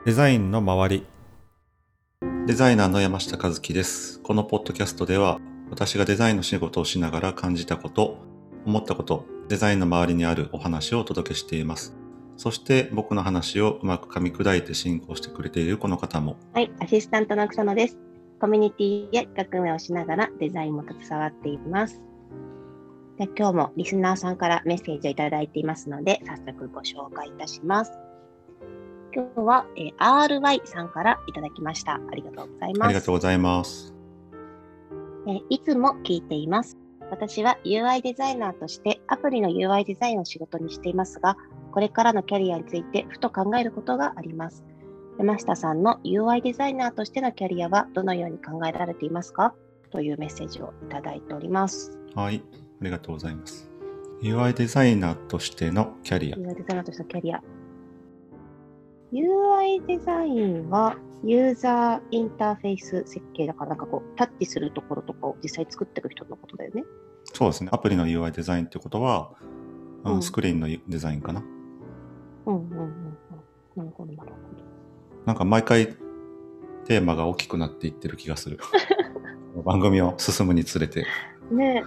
デザインの周り。デザイナーの山下和樹です。このポッドキャストでは、私がデザインの仕事をしながら感じたこと、思ったこと、デザインの周りにあるお話をお届けしています。そして僕の話をうまく噛み砕いて進行してくれているこの方も。 はい、アシスタントの草野です。コミュニティや企画運営をしながらデザインも携わっています。で、今日もリスナーさんからメッセージをいただいていますので、早速ご紹介いたします。今日は、RY さんからいただきました。ありがとうございます。 ありがとうございます。 いつも聞いています。私は UI デザイナーとしてアプリの UI デザインを仕事にしていますが、これからのキャリアについてふと考えることがあります。山下さんの UI デザイナーとしてのキャリアはどのように考えられていますかというメッセージをいただいております。 はい、ありがとうございます。UI デザイナーとしてのキャリア。 UI デザイナーとしてのキャリア。UI デザインはユーザーインターフェース設計だから、タッチするところとかを実際作っていく人のことだよね。 そうですね。アプリの UI デザインってことは、スクリーンのデザインかな。 なるほど、なるほど。 なんか毎回テーマが大きくなっていってる気がする。番組を進むにつれて。 ね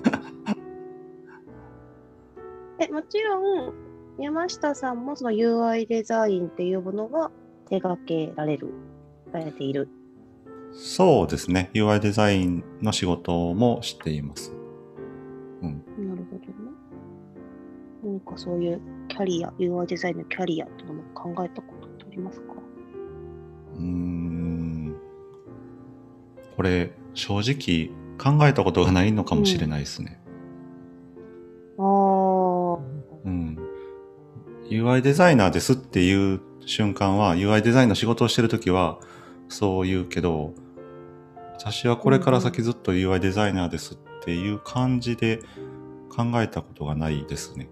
もちろん山下さんもその UI デザインっていうものが手掛けられている。 そうですね。UI デザインの仕事もしています。 なるほどね。何かそういうキャリア、UI デザインのキャリアっていうのも考えたことってありますか？ これ正直考えたことがないのかもしれないですね。UI デザイナーですっていう瞬間は UI デザインの仕事をしてるときはそう言うけど、私はこれから先ずっと UI デザイナーですっていう感じで考えたことがないですね。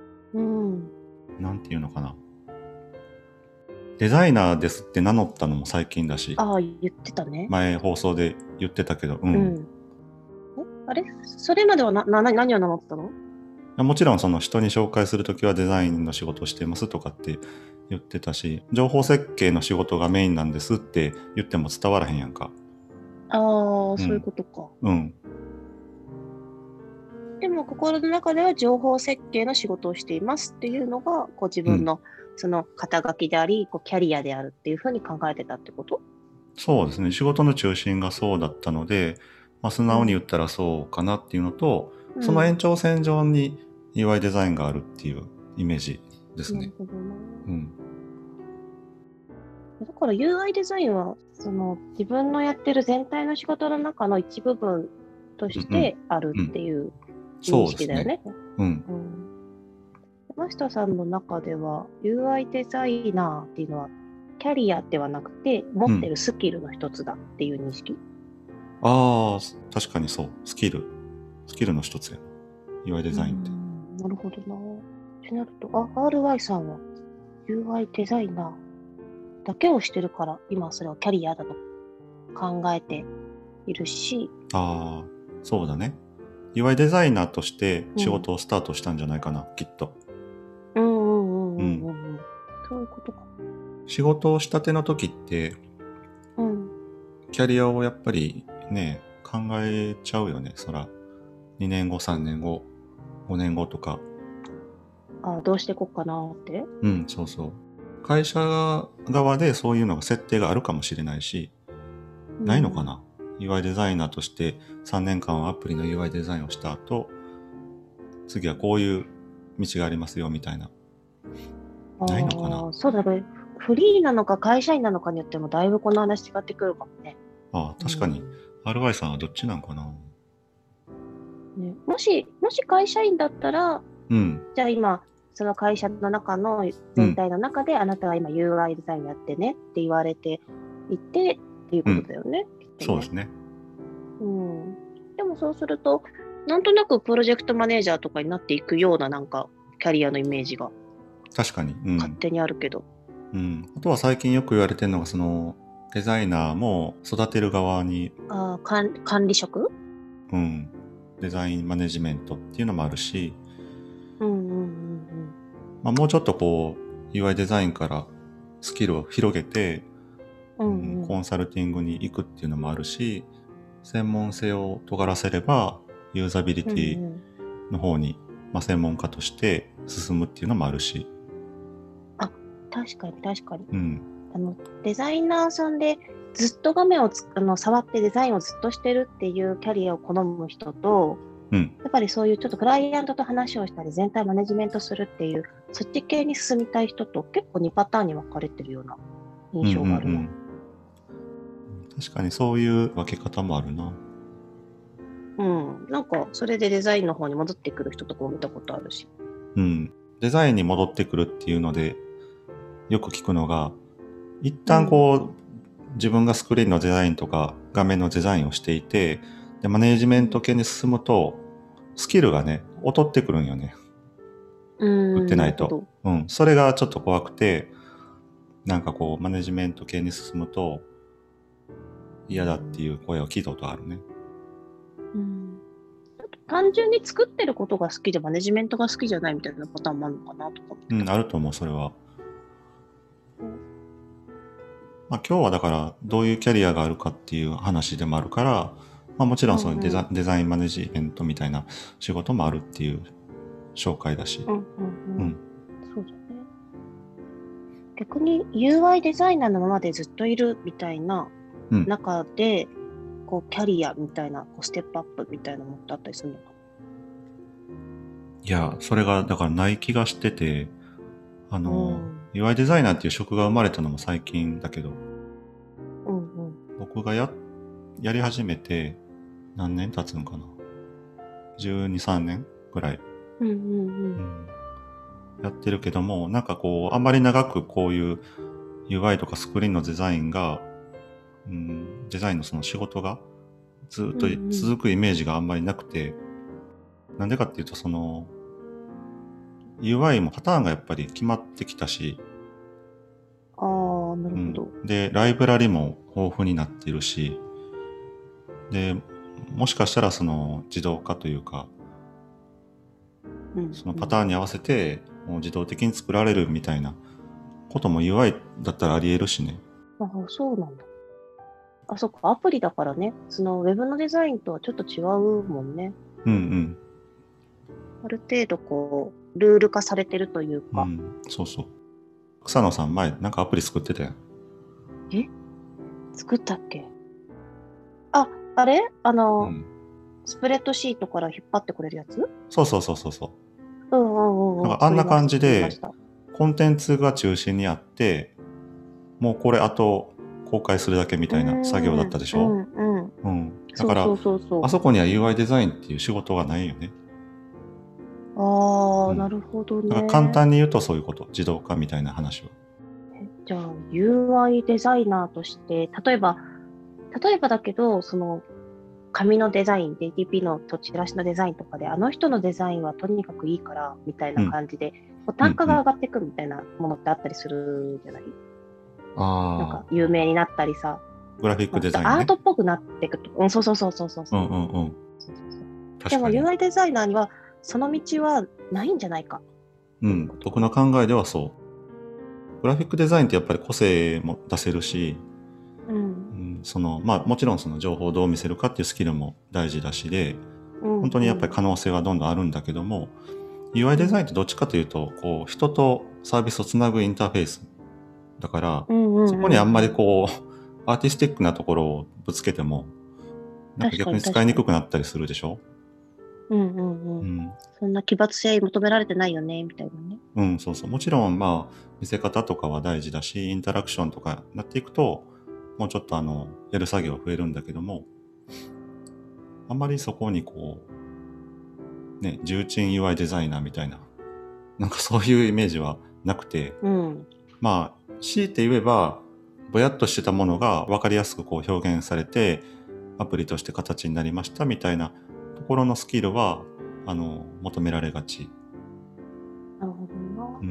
なんていうのかな。デザイナーですって名乗ったのも最近だし。 言ってたね。 前放送で言ってたけど。 あれそれまでは何を名乗ってたの？ もちろんその人に紹介するときはデザインの仕事をしてますとかって言ってたし、情報設計の仕事がメインなんですって言っても伝わらへんやんか。 そういうことか。でも心の中では情報設計の仕事をしていますっていうのが自分のその肩書きであり、キャリアであるっていうふうに考えてたってこと？ そうですね。仕事の中心がそうだったので、素直に言ったらそうかなっていうのと、その延長線上に UI デザインがあるっていうイメージですね。 なるほどな。だから UI デザインはその自分のやってる全体の仕事の中の一部分としてあるっていう認識だよね。山下さんの中では UI デザイナーっていうのはキャリアではなくて持ってるスキルの一つだっていう認識？ 確かにそう。スキルの一つや。UI デザインって。 なるほどな。ってなると、RY さんは UI デザイナーだけをしてるから、今それをキャリアだと考えているし。 そうだね。UI デザイナーとして仕事をスタートしたんじゃないかな、きっと。 そういうことか。 仕事をしたての時って、キャリアをやっぱりね、考えちゃうよね。そら、2年後、3年後、5年後とか。 どうしていこうかなって？ そうそう。会社側でそういうのが設定があるかもしれないし、ないのかな。UI デザイナーとして3年間はアプリの UI デザインをした後、次はこういう道がありますよみたいな。ないのかな。 そうだね。フリーなのか会社員なのかによってもだいぶこの話違ってくるかもね。 確かに。RY さんはどっちなんかな。 もし会社員だったら、じゃあ今その会社の中の全体の中で、あなたは今 UI デザインやってねって言われていてっていうことだよね。 そうですね。 でもそうするとなんとなくプロジェクトマネージャーとかになっていくようななんかキャリアのイメージが確かに、 勝手にあるけど、 あとは最近よく言われてるのがそのデザイナーも育てる側に管理職、 デザインマネジメントっていうのもあるし、もうちょっとこう UI デザインからスキルを広げて、 うんコンサルティングに行くっていうのもあるし、専門性を尖らせればユーザビリティの方に、専門家として進むっていうのもあるし。 確かに確かに。 うん。 デザイナーさんでずっと画面を触ってデザインをずっとしてるっていうキャリアを好む人と、 うん。 やっぱりそういうちょっとクライアントと話をしたり全体マネジメントするっていうそっち系に進みたい人と結構2パターンに分かれてるような印象があるな。 確かにそういう分け方もあるな。 なんかそれでデザインの方に戻ってくる人とかも見たことあるし。 デザインに戻ってくるっていうのでよく聞くのが、一旦自分がスクリーンのデザインとか画面のデザインをしていて、でマネージメント系に進むとスキルがね劣ってくるんよね。売ってないと。それがちょっと怖くて、なんかマネージメント系に進むと嫌だっていう声を聞いたことあるね。 単純に作ってることが好きでマネジメントが好きじゃないみたいなパターンもあるのかなとか。 あると思う、それは。今日はだからどういうキャリアがあるかっていう話でもあるから、もちろんそのデザインマネジメントみたいな仕事もあるっていう紹介だし。 そうだね。逆に UI デザイナーのままでずっといるみたいな中で、キャリアみたいなステップアップみたいなのってあったりするのかな。 いや、それがだからない気がしてて、UI デザイナーっていう職が生まれたのも最近だけど、僕がやり始めて何年経つのかな、12、3年ぐらい、やってるけども、なんかあんまり長くこういう UI とかスクリーンのデザインが、デザインのその仕事がずっと続くイメージがあんまりなくて、なんでかっていうと、その UI もパターンがやっぱり決まってきたし、 なるほど。 でライブラリも豊富になっているし、でもしかしたらその自動化というか、そのパターンに合わせてもう自動的に作られるみたいなことも UI だったらあり得るしね。 そうなんだ。そっか、アプリだからね、そのウェブのデザインとはちょっと違うもんね。ある程度ルール化されてるというか。 そうそう。草野さん前なんかアプリ作ってたよ。 作ったっけ？あれ？スプレッドシートから引っ張ってくれるやつ？ そう。なんかあんな感じでコンテンツが中心にあって、もうこれあと公開するだけみたいな作業だったでしょ。だからあそこには UI デザインっていう仕事がないよね。 なるほどね。 だから簡単に言うとそういうこと、自動化みたいな話は。 じゃあ UI デザイナーとして例えばだけど、その紙のデザイン、DTP のチラシのデザインとかで、あの人のデザインはとにかくいいからみたいな感じで、単価が上がっていくみたいなものってあったりするじゃない？なんか有名になったりさ、 グラフィックデザイン、 アートっぽくなっていくと。そう。でも UI デザイナーにはその道はないんじゃないか。 僕の考えではそう。グラフィックデザインってやっぱり個性も出せるし、もちろんその情報をどう見せるかっていうスキルも大事だしで、本当にやっぱり可能性はどんどんあるんだけども、UI デザインってどっちかというと人とサービスをつなぐインターフェースだから、そこにあんまりアーティスティックなところをぶつけてもなんか逆に使いにくくなったりするでしょ。 そんな奇抜性求められてないよねみたいなね。 そう。もちろん見せ方とかは大事だし、インタラクションとかなっていくともうちょっとやる作業増えるんだけども、あんまりそこに重鎮 UI デザイナーみたいな、なんかそういうイメージはなくて、強いて言えばぼやっとしてたものが分かりやすく表現されてアプリとして形になりましたみたいなところのスキルは求められがち。 なるほどな。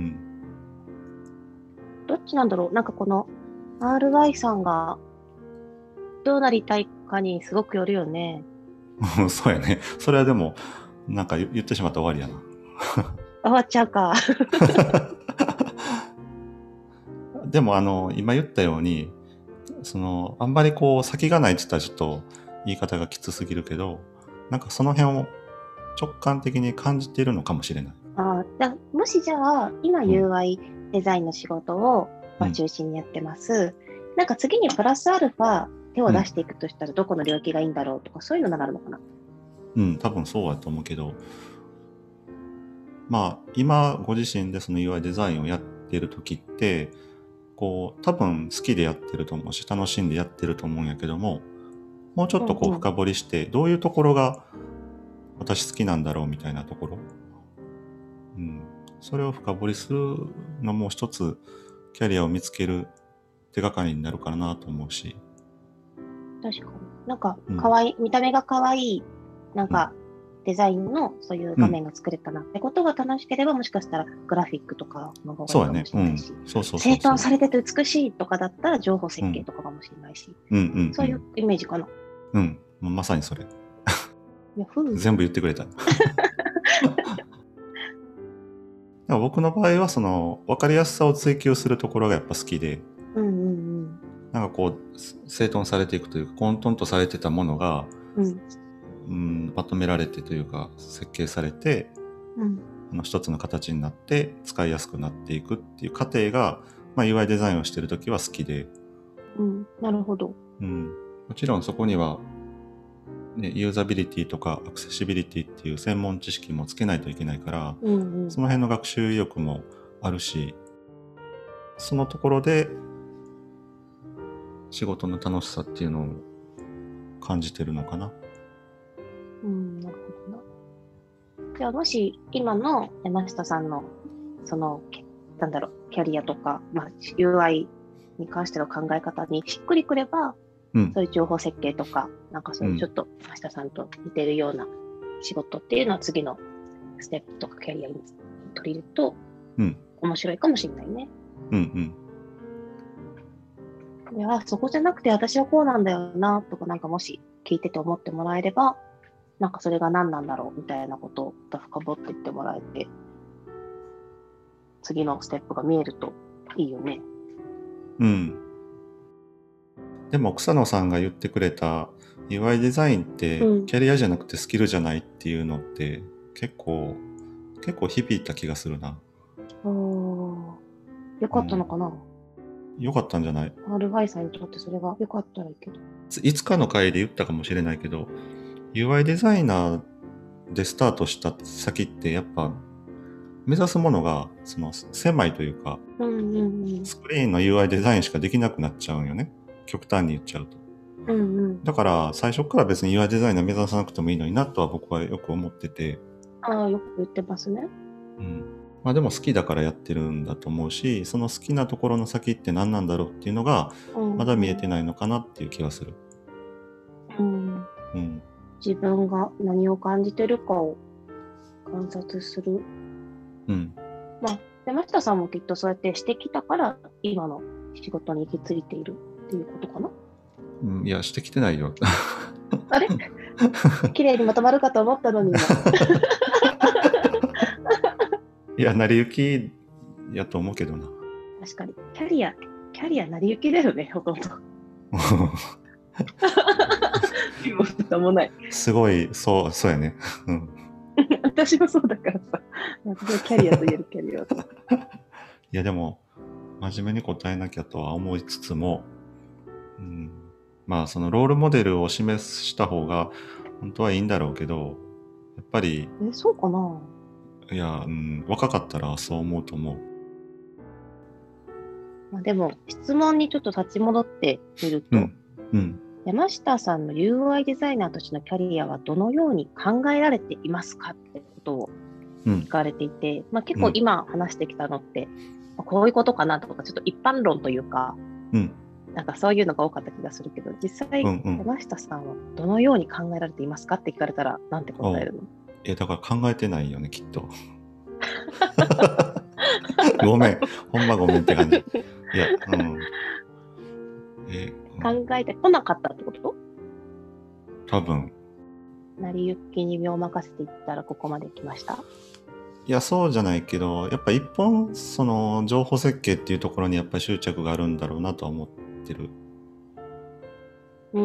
どっちなんだろう。なんかこの RY さんがどうなりたいかにすごくよるよね。 そうやね。それはでもなんか言ってしまったら終わりやな。 終わっちゃうか。 でも今言ったように、あんまりこう先がないって言ったらちょっと言い方がきつすぎるけど、なんかその辺を直感的に感じているのかもしれない。 もしじゃあ、今 UI デザインの仕事を、中心にやってます。なんか次にプラスアルファ手を出していくとしたらどこの領域がいいんだろうとか、そういうのになるのかな？ 多分そうだと思うけど、まあ今ご自身でその UI デザインをやっている時って、こう多分好きでやってると思うし、楽しんでやってると思うんやけども、もうちょっとこう深掘りして、どういうところが私好きなんだろうみたいなところ、それを深掘りするのも一つキャリアを見つける手がかりになるかなと思うし。 確かに。なんか見た目が可愛いなんかデザインのそういう画面が作れたなってことが楽しければ、もしかしたらグラフィックとかの方がいいかもしれないし、整頓されてて美しいとかだったら情報設計とかかもしれないし、そういうイメージかな。 まさにそれ。全部言ってくれた。でも僕の場合はその分かりやすさを追求するところがやっぱ好きで、なんかこう整頓されていくというか、混沌とされてたものが、まとめられてというか設計されて、一つの形になって使いやすくなっていくっていう過程が、UI デザインをしているときは好きで、 なるほど。 もちろんそこには、ユーザビリティとかアクセシビリティっていう専門知識もつけないといけないから、その辺の学習意欲もあるし、そのところで仕事の楽しさっていうのを感じてるのかな。 なるほどな。じゃあもし今の山下さんのそのキャリアとか、UI に関しての考え方にしっくりくれば、そういう情報設計とか、なんかそういうちょっと山下さんと似てるような仕事っていうのは次のステップとかキャリアに取り入れると面白いかもしれないね。いや、そこじゃなくて私はこうなんだよなとか、なんかもし聞いてて思ってもらえれば、なんかそれが何なんだろうみたいなことを深掘っていってもらえて、次のステップが見えるといいよね。 でも草野さんが言ってくれた UI デザインってキャリアじゃなくてスキルじゃないっていうのって結構響いた気がするな。 よかったのかな？ よかったんじゃない？ RY さんにとってそれがよかったらいいけど。 いつかの回で言ったかもしれないけど、UI デザイナーでスタートした先ってやっぱ目指すものがその狭いというか、スクリーンの UI デザインしかできなくなっちゃうんよね。極端に言っちゃうと。だから最初から別に UI デザイナー目指さなくてもいいのになとは僕はよく思ってて。 よく言ってますね。 でも好きだからやってるんだと思うし、その好きなところの先って何なんだろうっていうのがまだ見えてないのかなっていう気がする。 自分が何を感じてるかを観察する。山下さんもきっとそうやってしてきたから今の仕事に行き着いているっていうことかな。 いや、してきてないよ。 あれ綺麗にまとまるかと思ったのに。 いや、成り行きやと思うけどな。 確かにキャリア成り行きだよね、ほとんど。もない。 すごい、そうやね。 私もそうだからさ、キャリアと言えるキャリア。いや、でも真面目に答えなきゃとは思いつつも、そのロールモデルを示した方が本当はいいんだろうけど、やっぱりそうかな。 いや、若かったらそう思うと思う。でも質問にちょっと立ち戻ってみると、山下さんの UI デザイナーとしてのキャリアはどのように考えられていますかってことを聞かれていて、結構今話してきたのって、こういうことかなとか、ちょっと一般論というか、なんかそういうのが多かった気がするけど、実際、山下さんはどのように考えられていますかって聞かれたら、なんて答えるの？ だから考えてないよね、きっと。ごめん、ほんまごめんって感じ。いや、 考えてこなかったってこと？ 多分。 成り行きに身を任せていったらここまで来ました？ いや、そうじゃないけど、やっぱ一本、その、情報設計っていうところにやっぱり執着があるんだろうなとは思ってる。 うん。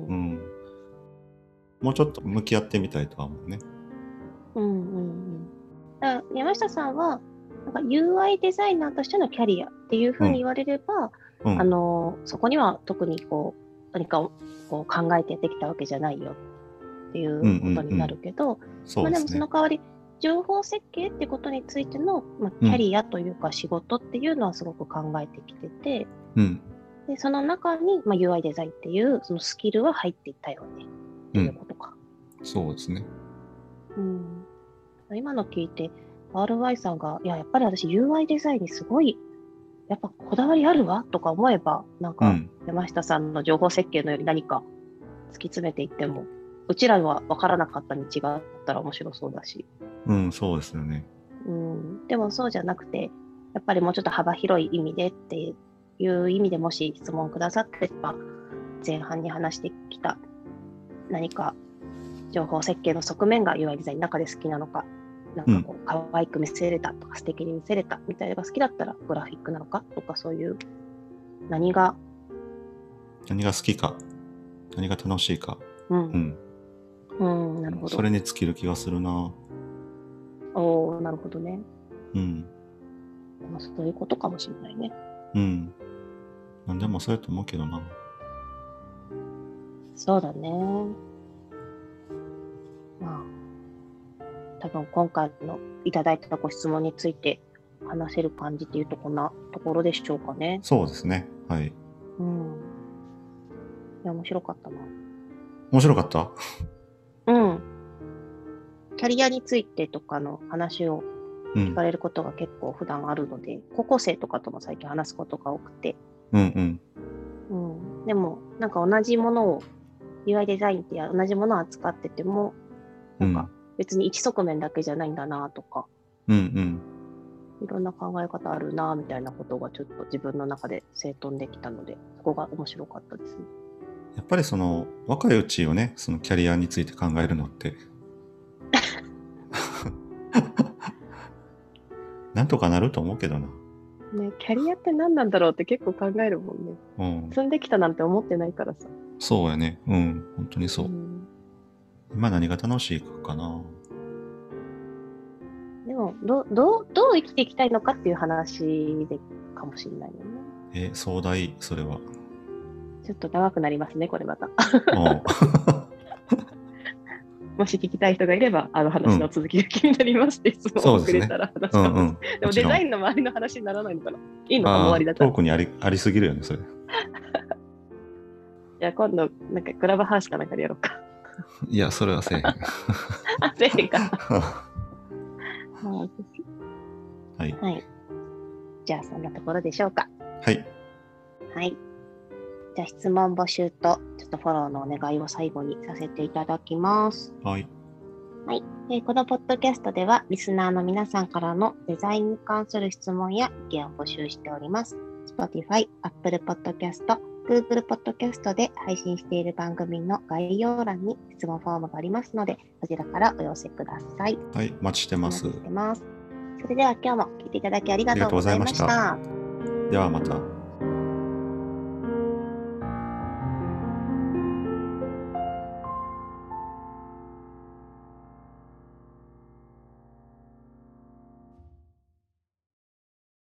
うんうん。もうちょっと向き合ってみたいとは思うね。 うん。だから山下さんは、なんか UI デザイナーとしてのキャリアっていうふうに言われれば、そこには特に何かを考えてやってきたわけじゃないよっていうことになるけど、 そうですね。 でもその代わり、情報設計ってことについての、キャリアというか仕事っていうのはすごく考えてきてて、でその中に、UI デザインっていうそのスキルは入っていったよねっていうことか。 そうですね。 今の聞いて、RY さんが、やっぱり私 UI デザインにすごい、やっぱこだわりあるわとか思えば、なんか山下さんの情報設計のより何か突き詰めていっても、うちらは分からなかった道があったら面白そうだし。 そうですよね。 でもそうじゃなくて、やっぱりもうちょっと幅広い意味でっていう意味でもし質問くださってれば、前半に話してきた何か情報設計の側面が UI デザインの中で好きなのか、なんか可愛く見せれたとか素敵に見せれたみたいなのが好きだったらグラフィックなのかとか、そういう何が好きか、何が楽しいか。 なるほど。 それに尽きる気がするな。 なるほどね。そういうことかもしれないね。 なんでもそうやと思うけどな。 そうだね。多分今回のいただいたご質問について話せる感じっていうとこんなところでしょうかね。 そうですね。はい。 いや、面白かったな。 面白かった？ キャリアについてとかの話を聞かれることが結構普段あるので、高校生とかとも最近話すことが多くて。でも、なんか同じものを、UI デザインって同じものを扱ってても、なんか別に一側面だけじゃないんだなとか、いろんな考え方あるなみたいなことがちょっと自分の中で整頓できたので、そこが面白かったですね。 やっぱりその若いうちをね、そのキャリアについて考えるのってなんとかなると思うけどな。 ね、キャリアって何なんだろうって結構考えるもんね。積んできたなんて思ってないからさ。 そうやね。本当にそう。今何が楽しいかな。 でもどう生きていきたいのかっていう話でかもしれないよね。 壮大、それは。 ちょっと長くなりますね、これまた。もし聞きたい人がいれば、話の続きが気になりますって質問をくれたら話します。でもデザインの周りの話にならないのかな。いいのかも終わりだったら。 トークにありすぎるよね、それ。 じゃあ今度、なんかクラブハウスかなんかでやろうか。 いや、それはせえへん。 せえへんか。 はい。 じゃあそんなところでしょうか。 はい。 じゃあ質問募集とちょっとフォローのお願いを最後にさせていただきます。このポッドキャストではリスナーの皆さんからのデザインに関する質問や意見を募集しております。Spotify、Apple Podcast、Google Podcast で配信している番組の概要欄に質問フォームがありますので、そちらからお寄せください。 はい、お待ちしてます。 それでは今日も聞いていただきありがとうございました。 ではまた。